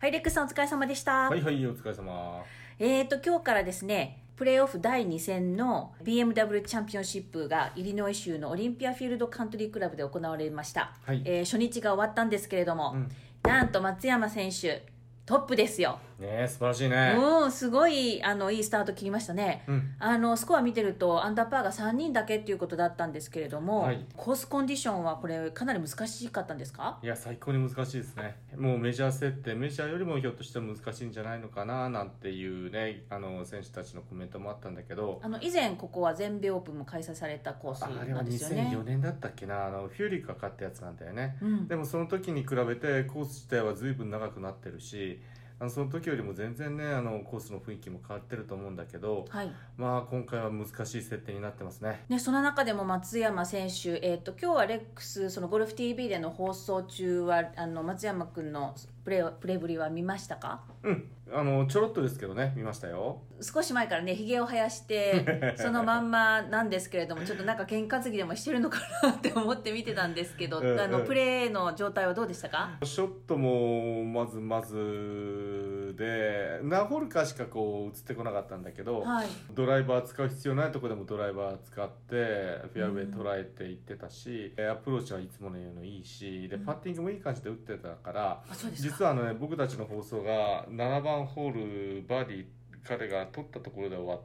はい、レックスさんお疲れ様でした。 はいはい、お疲れ様。 今日からですね、プレーオフ第2戦の BMW チャンピオンシップがイリノイ州のオリンピアフィールドカントリークラブで行われました。 はい。 初日が終わったんですけれども、なんと松山選手、トップですよ。 ねえ、素晴らしいね。 すごい、いいスタート切りましたね。スコア見てると、アンダーパーが3人だけっていうことだったんですけれども、 はい、 コースコンディションはこれ、かなり難しかったんですか？ いや、最高に難しいですね。もうメジャー設定、メジャーよりもひょっとして難しいんじゃないのかな、なんていうね、選手たちのコメントもあったんだけど、 以前ここは全米オープンも開催されたコースなんですよね。 あれは2004年だったっけな、フューリーが勝ったやつなんだよね。でもその時に比べてコース自体は随分長くなってるし、その時よりも全然ねコースの雰囲気も変わってると思うんだけど、まあ今回は難しい設定になってますね。 その中でも松山選手、今日はレックスそのゴルフ TV での放送中は松山君のプレーぶりは見ましたか？ ちょろっとですけどね、見ましたよ。 少し前からね、ひげを生やしてそのまんまなんですけれども、ちょっとなんか喧嘩継ぎでもしてるのかなって思って見てたんですけど、プレーの状態はどうでしたか？ ショットもまずで何ホールかしかこう映ってこなかったんだけど、ドライバー使う必要ないところでもドライバー使ってフェアウェイ捉えていってたし、アプローチはいつものようにいいし、でパッティングもいい感じで打ってたから、実は僕たちの放送が7番ホールバーディー彼が取ったところで終わって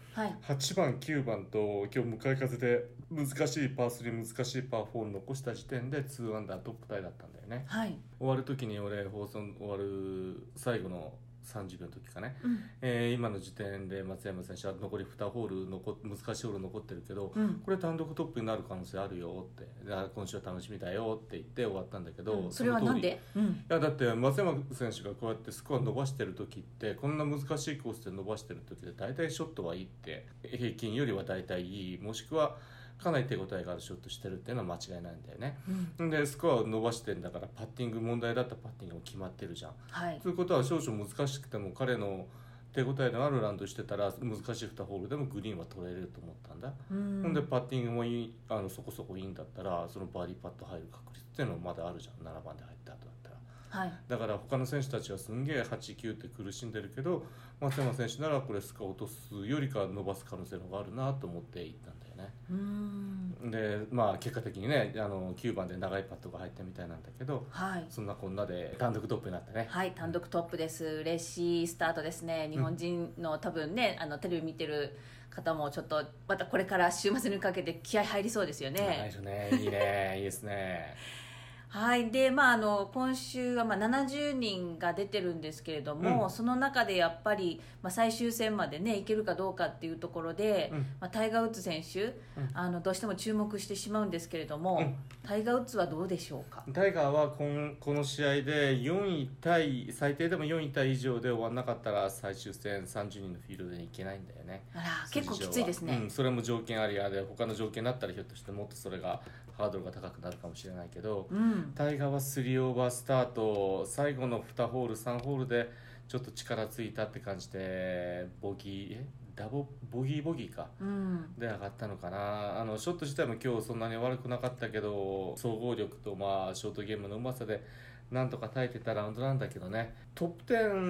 、8番9番と今日向かい風で難しいパー3難しいパー4残した時点で2アンダートップタイだったんだよね。終わる時に俺放送終わる最後の30秒の時かね、今の時点で松山選手は残り2ホール難しいホール残ってるけど、これ単独トップになる可能性あるよって、今週は楽しみだよって言って終わったんだけど、 それはなんで？ いやだって松山選手がこうやってスコア伸ばしてる時って、こんな難しいコースで伸ばしてる時で大体ショットはいいって、平均よりは大体いい、もしくはかなり手応えがあるショットしてるっていうのは間違いないんだよね。でスコアを伸ばしてんだから、パッティング問題だったパッティングも決まってるじゃん。ということは少々難しくても彼の手応えのあるラウンドしてたら難しい2ホールでもグリーンは取れると思ったんだ。ほんでパッティングもいいそこそこいいんだったら、そのバーディーパット入る確率っていうのもまだあるじゃん、7番で入った後だったら。だから他の選手たちはすんげえ8、9って苦しんでるけど、松山選手ならこれスコア落とすよりか伸ばす可能性の方があるなと思っていったんだよね。でまあ結果的にね9番で長いパットが入ったみたいなんだけど、そんなこんなで単独トップになったね。 単独トップです。嬉しいスタートですね。日本人の多分ねテレビ見てる方もちょっとまたこれから週末にかけて気合入りそうですよね。 入るね、いいねいいですね。 で今週は70人が出てるんですけれども、その中でやっぱり、最終戦までねいけるかどうかっていうところで、タイガー・ウッズ選手、どうしても注目してしまうんですけれども、タイガー・ウッズはどうでしょうか？ タイガーはこの試合で4位タイ、最低でも4位タイ以上で終わらなかったら最終戦30人のフィールドに行けないんだよね。 結構きついですね。 それも条件ありやで、他の条件だったらひょっとしてもっとそれがハードルが高くなるかもしれないけど、タイガーは3オーバースタート、最後の2ホール3ホールでちょっと力ついたって感じでボギーか、で上がったのかな。ショット自体も今日そんなに悪くなかったけど、総合力とショートゲームのうまさでなんとか耐えてたラウンドなんだけどね。トップ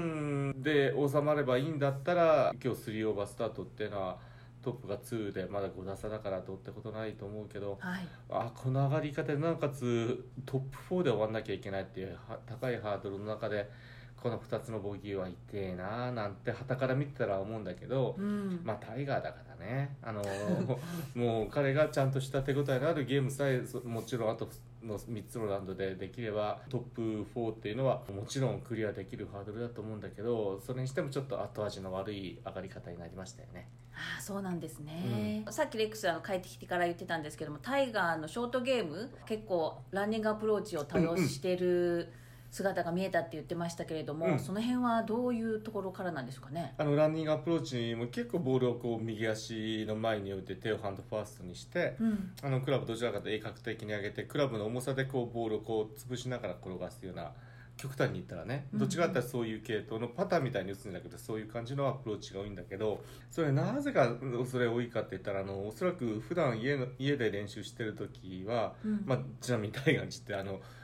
10で収まればいいんだったら、今日3オーバースタートっていうのはトップが2でまだ5打差だからどうってことないと思うけど、この上がり方でなおかつトップ4で終わんなきゃいけないっていう高いハードルの中でこの2つのボギーは痛えななんて旗から見てたら思うんだけど、タイガーだからね、もう彼がちゃんとした手応えのあるゲームさえもちろんあとの3つのラウンドでできればトップ4っていうのはもちろんクリアできるハードルだと思うんだけど、それにしてもちょっと後味の悪い上がり方になりましたよね。 そうなんですね。さっきレックス帰ってきてから言ってたんですけども、タイガーのショートゲーム結構ランニングアプローチを多用してる姿が見えたって言ってましたけれども、その辺はどういうところからなんですかね？ ランニングアプローチも結構ボールをこう右足の前に置いて手をハンドファーストにして、クラブどちらかと鋭角的に上げてクラブの重さでこうボールをこう潰しながら転がすような、極端に言ったらね、どっちかだったらそういう系統のパターンみたいに打つんだけど、そういう感じのアプローチが多いんだけど、それなぜかそれ多いかって言ったらおそらく普段家で練習してる時は、ちなみにタイガーにして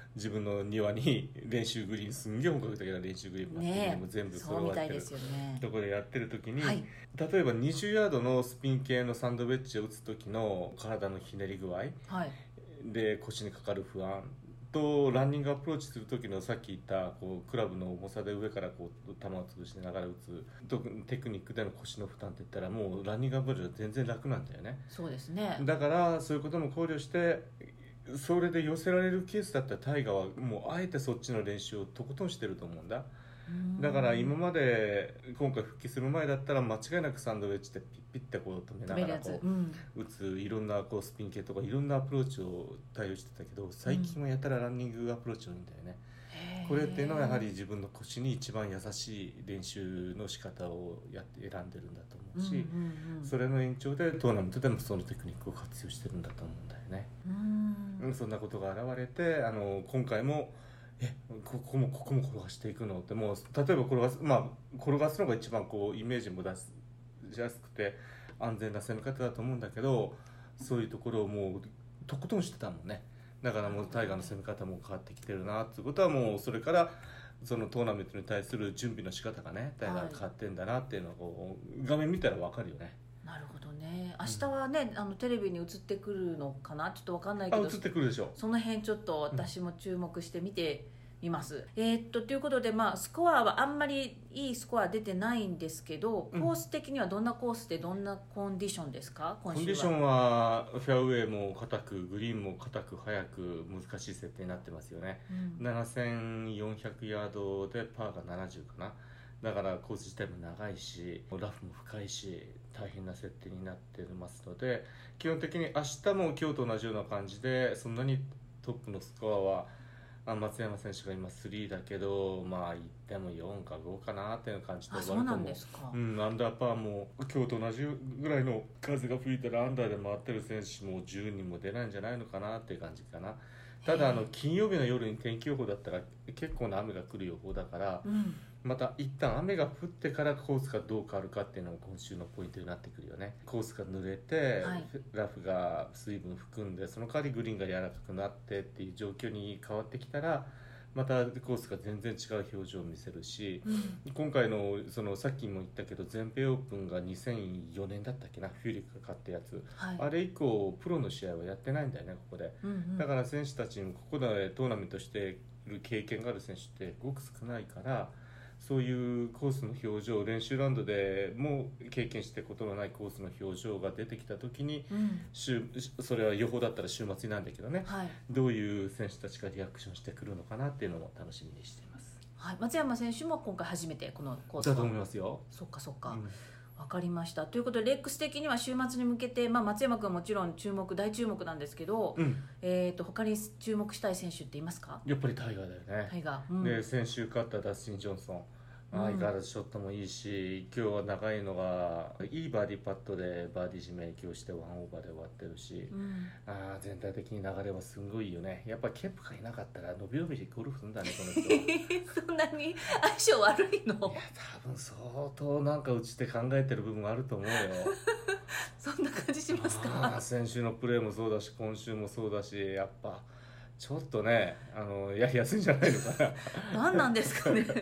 自分の庭に練習グリーン、すんげえ本格的な練習グリーンがあって、もう全部揃わってるところでやってる時に、はい、例えば20ヤードのスピン系のサンドウェッジを打つ時の体のひねり具合、はい、で腰にかかる不安とランニングアプローチする時のさっき言ったこうクラブの重さで上からこう球を潰しながら打つテクニックでの腰の負担って言ったらもうランニングアプローチは全然楽なんだよね。 そうですね。 だからそういうことも考慮してそれで寄せられるケースだったらタイガーはもうあえてそっちの練習をとことんしてると思うんだ。だから今まで今回復帰する前だったら間違いなくサンドウェッジでピッピッてこう止めながらこう打ついろんなこうスピン系とかいろんなアプローチを対応してたけど最近はやたらランニングアプローチ多いんだよね。これっていうのはやはり自分の腰に一番優しい練習の仕方を選んでるんだと思うし、それの延長でトーナメントでもそのテクニックを活用してるんだと思うんだよね。そんなことが現れて今回もここも転がしていくのってもう例えば転がすのが一番こうイメージも出しやすくて安全な攻め方だと思うんだけどそういうところをもうとことんしてたもんね。だからもうタイガーの攻め方も変わってきてるなっていうことはもうそれからそのトーナメントに対する準備の仕方がねタイガー変わってんだなっていうのをこう画面見たら分かるよね。 なるほどね。明日はね、テレビに映ってくるのかなちょっと分かんないけど映ってくるでしょ。 その辺ちょっと私も注目して見ています、ということで、スコアはあんまりいいスコア出てないんですけど、コース的にはどんなコースでどんなコンディションですか今週は。 コンディションはフェアウェイも硬くグリーンも硬く速く難しい設定になってますよね、7400ヤードでパーが70かな。だからコース自体も長いしラフも深いし大変な設定になってますので基本的に明日も今日と同じような感じでそんなにトップのスコアは松山選手が今3だけど言っても4か5かなっていう感じで終わると思う。そうなんですか。 アンダーパーも今日と同じぐらいの風が吹いたらアンダーで回ってる選手も10人も出ないんじゃないのかなっていう感じかな。ただ金曜日の夜に天気予報だったら結構な雨が来る予報だから、また一旦雨が降ってからコースがどう変わるかっていうのが今週のポイントになってくるよね。コースが濡れて、ラフが水分含んでその代わりグリーンが柔らかくなってっていう状況に変わってきたらまたコースが全然違う表情を見せるし、今回のさっきも言ったけど全米オープンが2004年だったっけなフューリックが勝ったやつ、あれ以降プロの試合はやってないんだよねここで、だから選手たちにもここでトーナメントしている経験がある選手ってごく少ないからそういうコースの表情練習ラウンドでも経験してことのないコースの表情が出てきた時に、それは予報だったら週末なんだけどね、どういう選手たちがリアクションしてくるのかなっていうのも楽しみにしています、 松山選手も今回初めてこのコースだと思いますよ。 そっか、分かりました。ということでレックス的には週末に向けて、松山君はもちろん大注目なんですけど、他に注目したい選手っていますか。 やっぱりタイガーだよね。 タイガー、 で先週勝ったダスティン・ジョンソン相変わらずショットもいいし今日は長いのがいいバーディーパットでバーディー締め影響して1オーバーで終わってるし、全体的に流れはすごいよね。やっぱケプがいなかったら伸び伸びゴルフするんだねこの人はそんなに相性悪いの。いや多分相当なんかうちで考えてる部分があると思うよそんな感じしますか。 先週のプレーもそうだし今週もそうだしやっぱちょっとねやりやすいんじゃないのかな何なんですかねで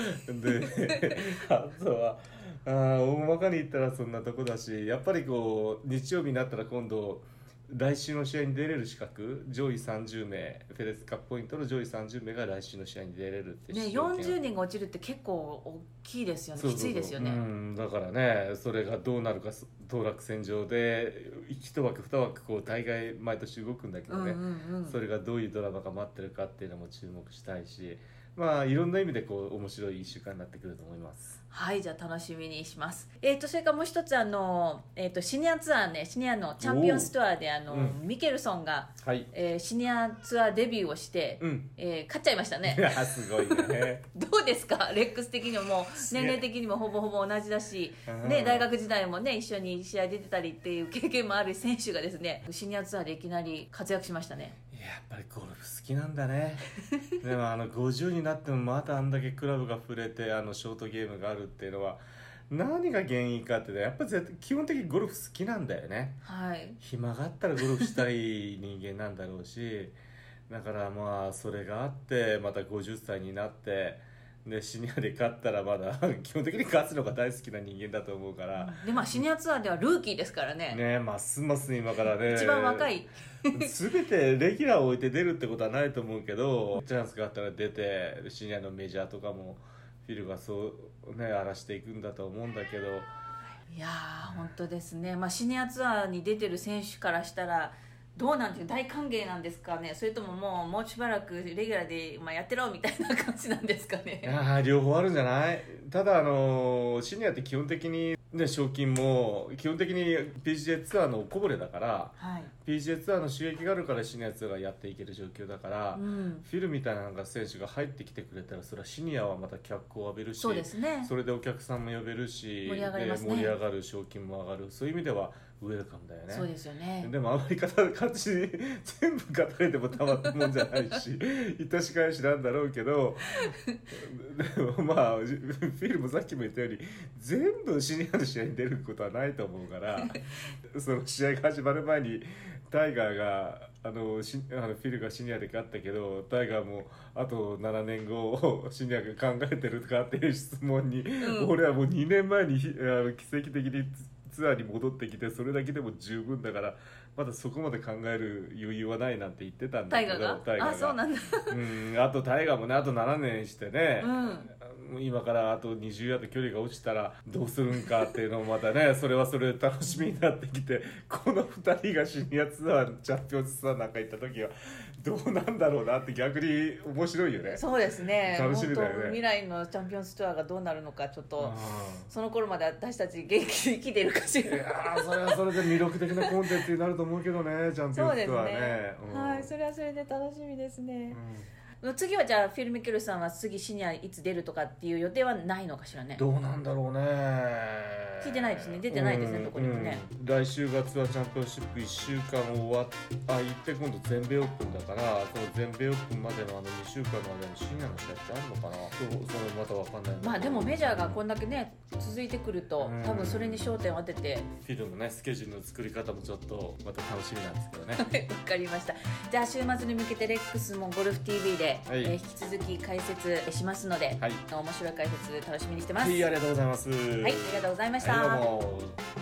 あとは大まかに言ったらそんなとこだしやっぱりこう日曜日になったら今度来週の試合に出れる資格上位30名フェレスカップポイントの上位30名が来週の試合に出れるって 40人が落ちるって結構大きいですよね。きついですよね。 だからねそれがどうなるか当落線上で1枠2枠こう大概毎年動くんだけどね、それがどういうドラマが待ってるかっていうのも注目したいしいろんな意味でこう面白い1週間になってくると思います。 はい、じゃあ楽しみにします。それからもう一つシニアツアーね、シニアのチャンピオンストアでミケルソンが、シニアツアーデビューをして、勝っちゃいましたね。 いやすごいねどうですかレックス的にも年齢的にもほぼほぼ同じだし、大学時代もね一緒に試合出てたりっていう経験もある選手がですねシニアツアーでいきなり活躍しましたね。 やっぱりゴルフ好きなんだねでも50になってもまだあんだけクラブが触れてショートゲームがあるっていうのは何が原因かってやっぱり基本的にゴルフ好きなんだよね、暇があったらゴルフしたい人間なんだろうしだからまあそれがあってまた50歳になってでシニアで勝ったらまだ基本的に勝つのが大好きな人間だと思うから、 でまあシニアツアーではルーキーですからね。 ね、ますます今からね一番若い全てレギュラーを置いて出るってことはないと思うけど、チャンスがあったら出てシニアのメジャーとかもフィルがそうね荒らしていくんだと思うんだけど、 いやー本当ですね、まあ、シニアツアーに出てる選手からしたらどうなんていう大歓迎なんですかね、それとももうしばらくレギュラーで、まあ、やってろみたいな感じなんですかね。 いや両方あるんじゃない。ただシニアって基本的に、ね、賞金も基本的に PGA ツアーのこぼれだから、 はい、 PGA ツアーの収益があるからシニアツアーがやっていける状況だから、フィルみたいな選手が入ってきてくれたらそれはシニアはまた脚光を浴びるし、 そうですね、 それでお客さんも呼べるし盛り上がりますね、 盛り上がる、賞金も上がる、そういう意味ではウェルカムだよね。 そうですよね。 でもあまり勝ち全部勝たれてもたまったもんじゃないし致し返しなんだろうけどでもまあフィルもさっきも言ったように全部シニアの試合に出ることはないと思うからその試合が始まる前にタイガーがフィルがシニアで勝ったけどタイガーもあと7年後シニアが考えてるかっていう質問に、俺はもう2年前に奇跡的にツアーに戻ってきてそれだけでも十分だからまだそこまで考える余裕はないなんて言ってたんだけど、 タイガーがあ、そうなんだあとタイガーもねあと7年してね、今からあと20ヤード距離が落ちたらどうするんかっていうのもまたねそれはそれで楽しみになってきてこの2人がシニアツアーチャンピオンズツアーなんか行った時はどうなんだろうなって逆に面白いよね。 そうですね、 楽しみだよね。 本当未来のチャンピオンズツアーがどうなるのかちょっとその頃まで私たち元気で生きてるかしら。 いやそれはそれで魅力的なコンテンツになると思うけどねチャンピオンズツアーね。 はい、それはそれで楽しみですね。次はじゃあフィル・ミケルさんは次シニアいつ出るとかっていう予定はないのかしらね。 どうなんだろうね。 聞いてないですね、出てないですね、どこにもね。 来週がツアーチャンピオンシップ1週間終わ行って今度全米オープンだからその全米オープンまでの2週間までにシニアの試合ってあるのかな、それまた分かんない。 まあでもメジャーがこんだけね続いてくると多分それに焦点を当ててフィルのねスケジュールの作り方もちょっとまた楽しみなんですけどね。 わかりました。じゃあ週末に向けてレックスもゴルフ TV で、引き続き解説しますので、面白い解説楽しみにしてます。 ありがとうございます。 はい、ありがとうございました。 どうも。